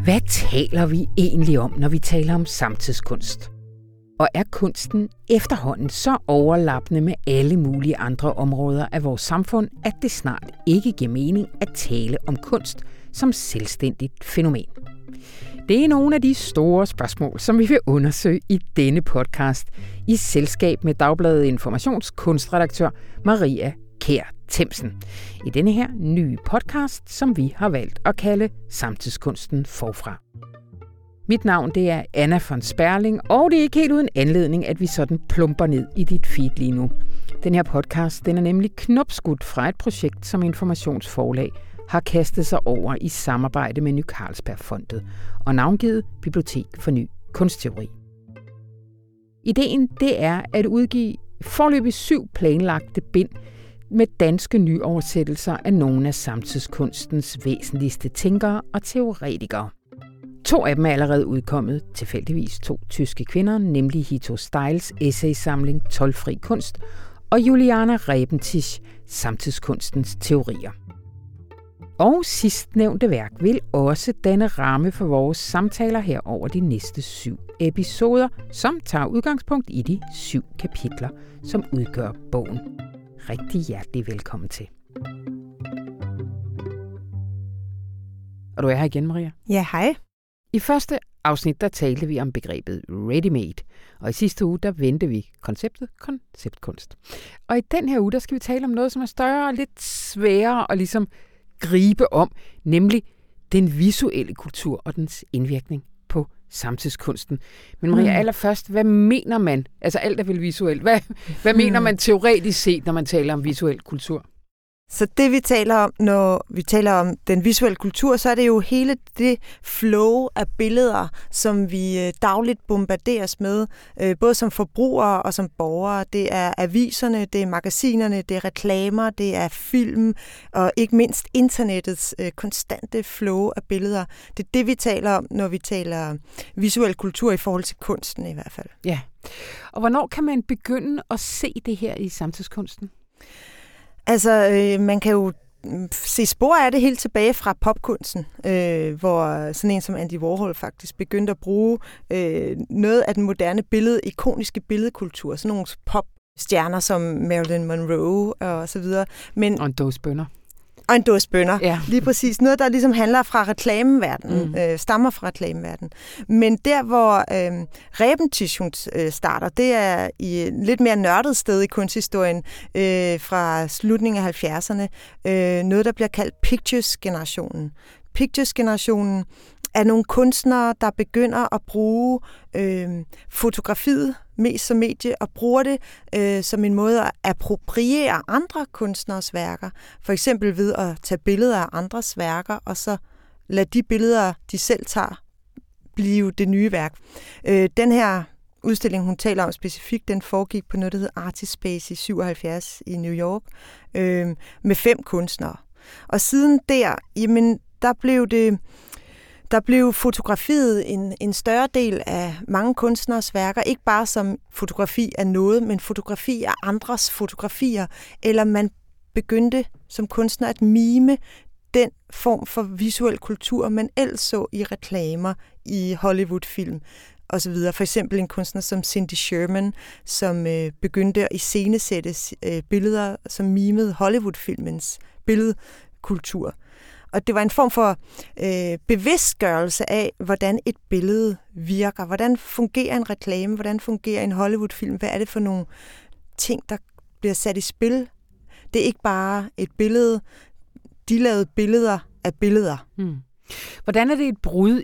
Hvad taler vi egentlig om, når vi taler om samtidskunst? Og er kunsten efterhånden så overlappende med alle mulige andre områder af vores samfund, at det snart ikke giver mening at tale om kunst som selvstændigt fænomen? Det er nogle af de store spørgsmål, som vi vil undersøge i denne podcast i selskab med Dagbladet Informations kunstredaktør Maria Kjær Themsen. I denne her nye podcast, som vi har valgt at kalde Samtidskunsten forfra. Mit navn det er Anna von Sperling, og det er ikke helt uden anledning, at vi sådan plumper ned i dit feed lige nu. Den her podcast den er nemlig knopskudt fra et projekt, som Informationsforlag har kastet sig over i samarbejde med Ny Carlsbergfondet og navngivet Bibliotek for Ny Kunstteori. Ideen det er at udgive foreløbig 7 planlagte bind med danske nyoversættelser af nogle af samtidskunstens væsentligste tænkere og teoretikere. 2 af dem er allerede udkommet, tilfældigvis 2 tyske kvinder, nemlig Hito Steyls essaysamling Toldfri kunst og Juliana Rebentisch Samtidskunstens teorier. Og sidstnævnte værk vil også danne ramme for vores samtaler her over de næste 7 episoder, som tager udgangspunkt i de 7 kapitler, som udgør bogen. Rigtig hjertelig velkommen til. Og du er her igen, Maria. Ja, hej. I første afsnit, der talte vi om begrebet ready-made, og i sidste uge, der vendte vi konceptet konceptkunst. Og i den her uge, der skal vi tale om noget, som er større og lidt sværere at ligesom gribe om, nemlig den visuelle kultur og dens indvirkning på samtidskunsten. Men Maria, allerførst, hvad mener man? Altså alt er vel visuelt. Hvad mener man teoretisk set, når man taler om visuel kultur? Så det vi taler om, når vi taler om den visuelle kultur, så er det jo hele det flow af billeder, som vi dagligt bombarderes med, både som forbrugere og som borgere. Det er aviserne, det er magasinerne, det er reklamer, det er film og ikke mindst internettets konstante flow af billeder. Det er det, vi taler om, når vi taler visuel kultur i forhold til kunsten i hvert fald. Ja. Og hvornår kan man begynde at se det her i samtidskunsten? Altså, man kan jo se spor af det helt tilbage fra popkunsten, hvor sådan en som Andy Warhol faktisk begyndte at bruge noget af den moderne ikoniske billedkultur, sådan nogle popstjerner som Marilyn Monroe og så videre. Og en dåse bønner. Og en dåse bønner. Ja. Lige præcis. Noget, der ligesom handler fra reklameverdenen, stammer fra reklameverdenen. Men der, hvor Rebentisch starter, det er i et lidt mere nørdet sted i kunsthistorien fra slutningen af 70'erne. Noget, der bliver kaldt Pictures-generationen. Pictures-generationen er nogle kunstnere, der begynder at bruge fotografiet mest som medie, og bruger det som en måde at appropriere andre kunstneres værker. For eksempel ved at tage billeder af andres værker, og så lade de billeder, de selv tager, blive det nye værk. Den her udstilling, hun taler om specifikt, den foregik på noget, der hedder Artispace i 77 i New York, med 5 kunstnere. Og siden der, jamen, der blev fotografiet en større del af mange kunstneres værker, ikke bare som fotografi af noget, men fotografi af andres fotografier, eller man begyndte som kunstner at mime den form for visuel kultur, man ellers så i reklamer, i Hollywood-film osv. For eksempel en kunstner som Cindy Sherman, som begyndte at iscenesætte billeder, som mimede Hollywood-filmens billedkultur. Og det var en form for bevidstgørelse af, hvordan et billede virker. Hvordan fungerer en reklame? Hvordan fungerer en Hollywood-film? Hvad er det for nogle ting, der bliver sat i spil? Det er ikke bare et billede. De lavede billeder af billeder. Hvordan er det et brud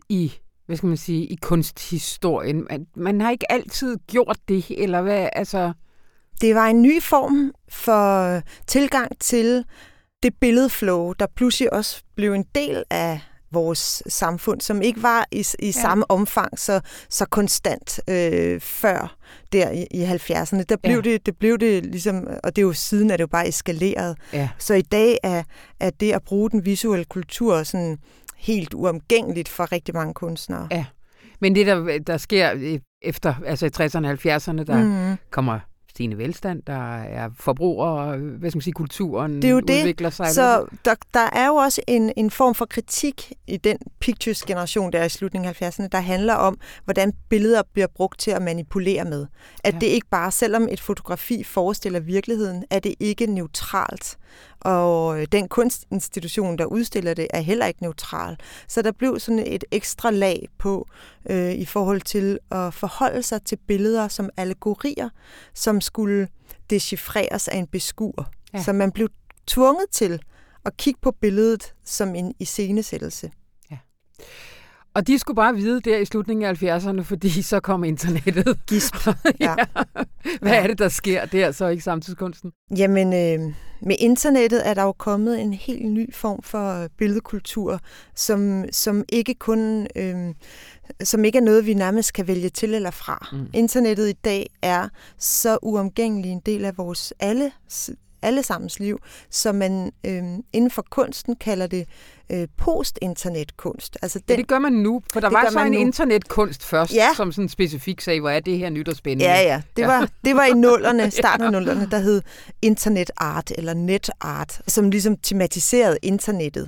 i kunsthistorien? Man har ikke altid gjort det, eller hvad? Altså... Det var en ny form for tilgang til det billedflow, der pludselig også blev en del af vores samfund, som ikke var i samme omfang så konstant før der i 70'erne. Det blev det ligesom, og det er jo siden, at det jo bare eskaleret. Ja. Så i dag er det at bruge den visuelle kultur sådan helt uomgængeligt for rigtig mange kunstnere. Ja, men det der sker efter, altså i 60'erne og 70'erne, der kommer stigende velstand, der er forbrugere, kulturen det er jo udvikler sig. Så der er jo også en form for kritik i den Pictures-generation, der er i slutningen af 70'erne, der handler om, hvordan billeder bliver brugt til at manipulere med. At det ikke bare, selvom et fotografi forestiller virkeligheden, er det ikke neutralt. Og den kunstinstitution, der udstiller det, er heller ikke neutral. Så der blev sådan et ekstra lag på i forhold til at forholde sig til billeder som allegorier, som skulle dechiffreres af en beskuer. Ja. Så man blev tvunget til at kigge på billedet som en iscenesættelse. Ja. Og de skulle bare vide der i slutningen af 70'erne, fordi så kom internettet. Gisp. Ja. Hvad er det, der sker der så i samtidskunsten? Jamen, med internettet er der jo kommet en helt ny form for billedkultur, som ikke kun... som ikke er noget, vi nærmest kan vælge til eller fra. Internettet i dag er så uomgængelig en del af vores allesammens liv, som man inden for kunsten kalder det post-internetkunst. Altså det gør man nu, for der var så en internetkunst først, som sådan specifikt sagde, hvor er det her nyt og spændende. Ja. Det var i nullerne, starten af nullerne, der hed internetart eller netart, som ligesom tematiserede internettet,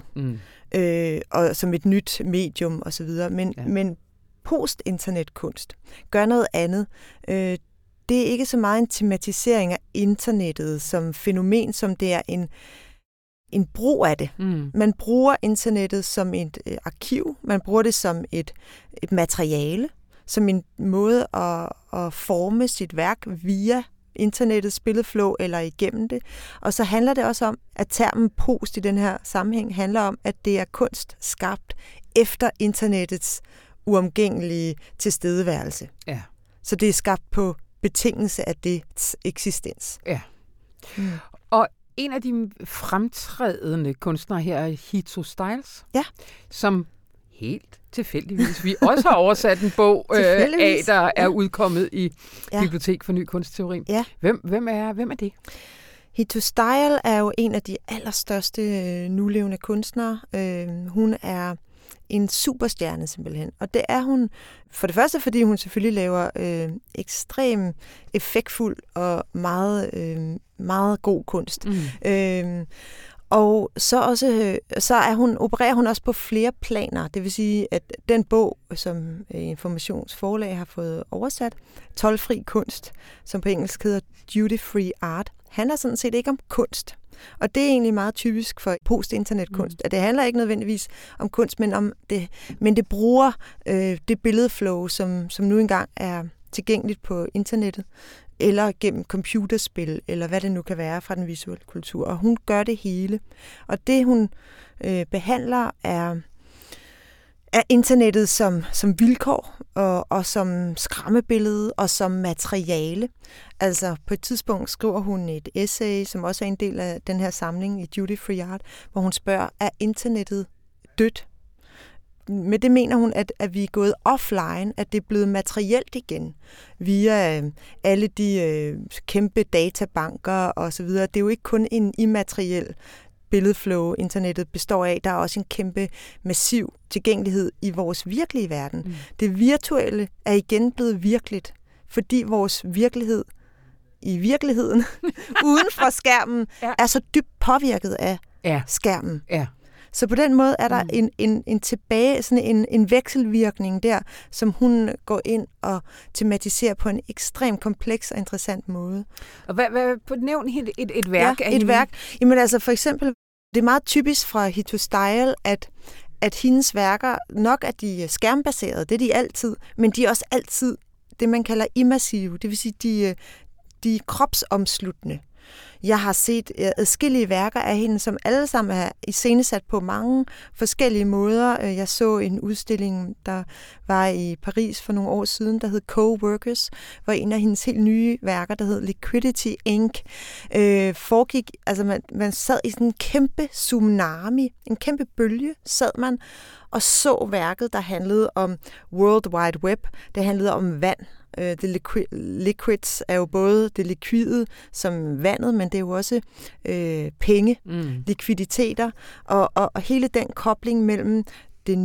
og som et nyt medium osv. Men post-internetkunst gør noget andet. Det er ikke så meget en tematisering af internettet som fænomen, som det er en brug af det. Man bruger internettet som et arkiv, man bruger det som et materiale, som en måde at forme sit værk via internettets billedflow eller igennem det. Og så handler det også om, at termen post i den her sammenhæng handler om, at det er kunst skabt efter internettets uomgængelige tilstedeværelse. Ja. Så det er skabt på betingelse af dets eksistens. Ja. Og en af de fremtrædende kunstnere her er Hito Steyls, som helt tilfældigvis vi også har oversat en bog af, der er udkommet i Bibliotek for Ny Kunstteori. Ja. Hvem er det? Hito Steyl er jo en af de allerstørste nulevende kunstnere. Hun er en superstjerne simpelthen. Og det er hun for det første, fordi hun selvfølgelig laver ekstrem effektfuld og meget god kunst. Og så opererer hun også på flere planer. Det vil sige, at den bog, som Informationsforlag har fået oversat, Toldfri kunst, som på engelsk hedder Duty Free Art, handler sådan set ikke om kunst. Og det er egentlig meget typisk for post-internetkunst, at det handler ikke nødvendigvis om kunst, men det bruger det billedflow, som nu engang er tilgængeligt på internettet, eller gennem computerspil, eller hvad det nu kan være fra den visuelle kultur. Og hun gør det hele. Og det, hun behandler, er internettet som vilkår, og som skræmmebillede, og som materiale. Altså på et tidspunkt skriver hun et essay, som også er en del af den her samling i Duty Free Art, hvor hun spørger, er internettet dødt? Med det mener hun, at vi er gået offline, at det er blevet materielt igen, via alle de kæmpe databanker osv. Det er jo ikke kun en immateriel billedflow, internettet består af. Der er også en kæmpe massiv tilgængelighed i vores virkelige verden. Det virtuelle er igen blevet virkeligt, fordi vores virkelighed i virkeligheden uden for skærmen er så dybt påvirket af skærmen. Ja. Så på den måde er der en vekselvirkning der, som hun går ind og tematiserer på en ekstremt kompleks og interessant måde. Og hvad nævn et værk af et værk. Jamen altså for eksempel, det er meget typisk fra Hito Steyl, at hendes værker nok er de skærmbaserede, det er de altid, men de er også altid det, man kalder immersive, det vil sige, de er kropsomsluttende. Jeg har set adskillige værker af hende, som alle sammen er iscenesat på mange forskellige måder. Jeg så en udstilling, der var i Paris for nogle år siden, der hed Co-Workers, hvor en af hendes helt nye værker, der hed Liquidity Inc., foregik, altså man sad i sådan en kæmpe tsunami, en kæmpe bølge, sad man og så værket, der handlede om World Wide Web, det handlede om vand. Liquids er jo både det likvide som vandet, men det er jo også penge, likviditeter, og hele den kobling mellem det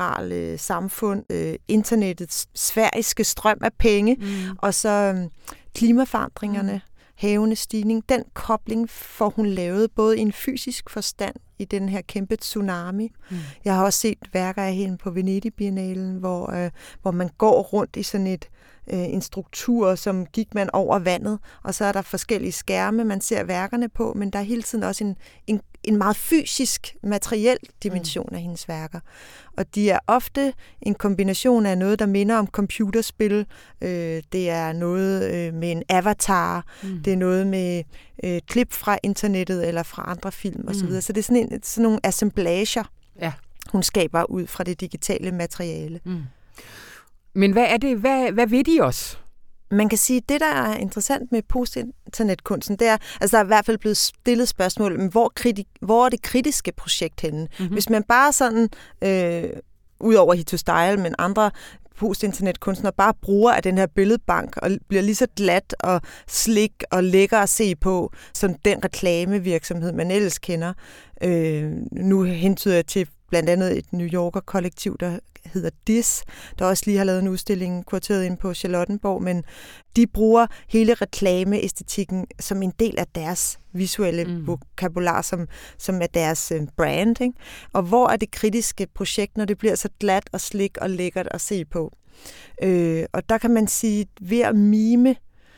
neoliberale samfund, internettets sfæriske strøm af penge, og så klimaforandringerne, havenes stigning, den kobling får hun lavet både i en fysisk forstand i den her kæmpe tsunami. Jeg har også set værker af hende på Venedig Biennalen, hvor man går rundt i sådan en struktur, som gik man over vandet, og så er der forskellige skærme, man ser værkerne på, men der er hele tiden også en meget fysisk, materiel dimension af hendes værker. Og de er ofte en kombination af noget, der minder om computerspil. Det er noget med en avatar. Det er noget med klip fra internettet eller fra andre film osv. Så det er sådan nogle assemblager, hun skaber ud fra det digitale materiale. Men hvad er det? Hvad ved de også? Man kan sige, at det, der er interessant med post-internetkunsten, det er, altså der er i hvert fald blevet stillet spørgsmål, hvor er det kritiske projekt henne? Hvis man bare sådan, ud over Hito Steyl, men andre post-internetkunstnere bare bruger af den her billedbank og bliver lige så glat og slik og lækker at se på, som den reklamevirksomhed, man ellers kender. Nu hentyder jeg til blandt andet et New Yorker-kollektiv, der hedder DIS, der også lige har lavet en udstilling kurateret ind på Charlottenborg, men de bruger hele reklameæstetikken som en del af deres visuelle vokabular, som er deres brand. Ikke? Og hvor er det kritiske projekt, når det bliver så glat og slik og lækkert at se på? Og der kan man sige, ved at mime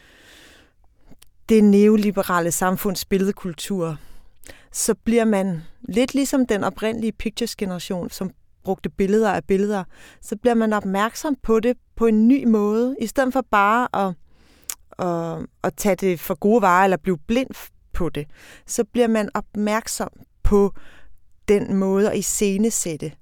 det neoliberale samfunds billedkultur, så bliver man lidt ligesom den oprindelige Pictures-generation, som brugte billeder af billeder, så bliver man opmærksom på det på en ny måde, i stedet for bare at tage det for gode varer eller blive blind på det. Så bliver man opmærksom på den måde at iscenesætte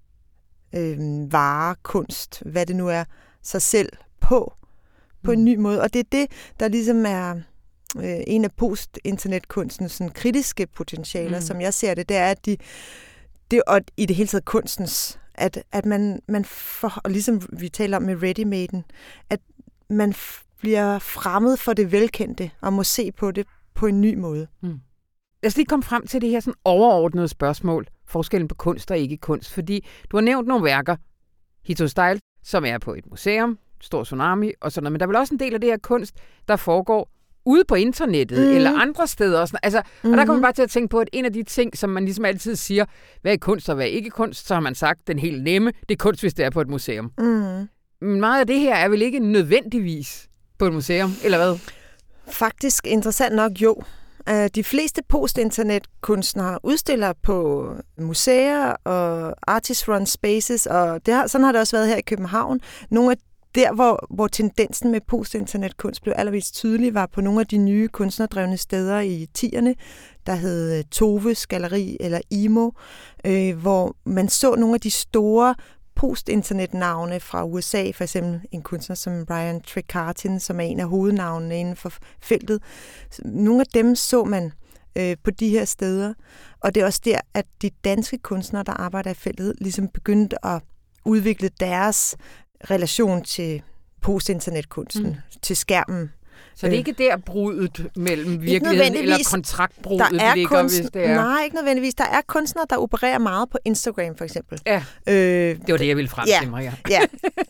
varer, kunst, hvad det nu er, sig selv på en ny måde. Og det er det, der ligesom er en af post-internetkunstens sådan kritiske potentialer, som jeg ser det, det er, at det og i det hele taget kunstens, at man får, og ligesom vi taler om med ready-maden, at man bliver fremmed for det velkendte, og må se på det på en ny måde. Lad os lige komme frem til det her sådan overordnede spørgsmål, forskellen på kunst og ikke kunst, fordi du har nævnt nogle værker, Hito Steyl, som er på et museum, Stor Tsunami og sådan noget, men der er vel også en del af det her kunst, der foregår ude på internettet eller andre steder. Og, sådan. Altså, og der kommer man bare til at tænke på, at en af de ting, som man ligesom altid siger, hvad er kunst og hvad er ikke kunst, så har man sagt, den helt nemme, det er kunst, hvis det er på et museum. Men meget af det her er vel ikke nødvendigvis på et museum, eller hvad? Faktisk interessant nok, jo. De fleste post-internetkunstnere udstiller på museer og artist-run spaces, og sådan har det også været her i København. Nogle af der, hvor tendensen med post-internetkunst blev allervist tydelig, var på nogle af de nye kunstnerdrevne steder i 10'erne, der hed Toves Galleri eller IMO, hvor man så nogle af de store post-internet-navne fra USA, for eksempel en kunstner som Brian Trecartin, som er en af hovednavnene inden for feltet. Nogle af dem så man på de her steder, og det er også der, at de danske kunstnere, der arbejder i feltet, ligesom begyndte at udvikle deres relation til post-internetkunsten, til skærmen. Så det er ikke der bruddet mellem virkeligheden eller kontraktbruddet ligger, hvis det er? Nej, ikke nødvendigvis. Der er kunstnere, der opererer meget på Instagram, for eksempel. Ja, det var det, jeg ville frem til, Maria. Ja,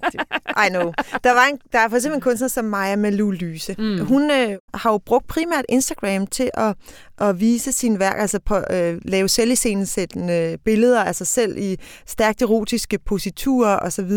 I know. Der er for eksempel en kunstner som Maja Malou Lyse. Hun har jo brugt primært Instagram til at vise sine værk, altså på lave selviscenesættende billeder af sig selv i stærkt erotiske positurer osv.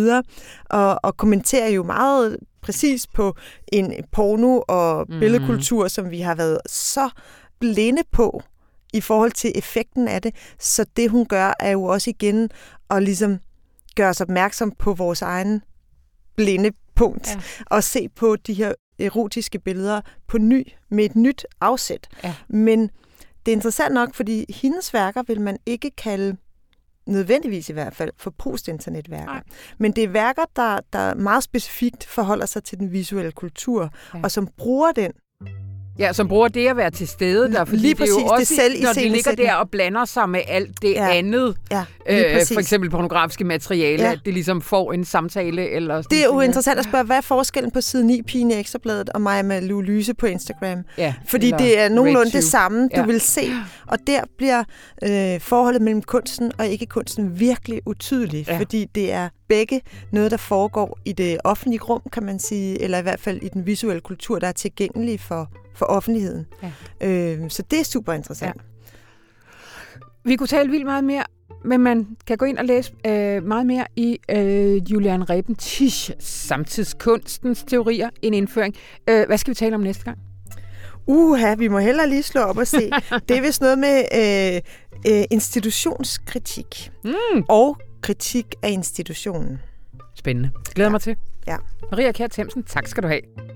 Og kommenterer jo meget præcis på en porno- og billedkultur, som vi har været så blinde på i forhold til effekten af det. Så det, hun gør, er jo også igen at ligesom gøre os opmærksom på vores egen blinde punkt, og se på de her erotiske billeder på ny, med et nyt afsæt. Ja. Men det er interessant nok, fordi hendes værker vil man ikke kalde, nødvendigvis i hvert fald, for post-internetværker. Men det er værker, der meget specifikt forholder sig til den visuelle kultur, og som bruger den. Ja, som bruger det at være til stede der, fordi lige præcis, det er jo også, når de ligger der og blander sig med alt det andet, for eksempel pornografiske materiale, at det ligesom får en samtale. Eller det er jo interessant at spørge, hvad er forskellen på side 9, Pigen i Ekstrabladet, og mig med Lou Lyse på Instagram? Ja, fordi det er nogenlunde det samme, du vil se. Og der bliver forholdet mellem kunsten og ikke-kunsten virkelig utydeligt, fordi det er begge noget, der foregår i det offentlige rum, kan man sige, eller i hvert fald i den visuelle kultur, der er tilgængelig for offentligheden. Ja. Så det er super interessant. Ja. Vi kunne tale vildt meget mere, men man kan gå ind og læse meget mere i Julian Rebentisch, Samtidskunstens teorier, en indføring. Hvad skal vi tale om næste gang? Vi må hellere lige slå op og se. Det er vist noget med institutionskritik og kritik af institutionen. Spændende. Glæder mig til. Ja. Maria Kjær Themsen, tak skal du have.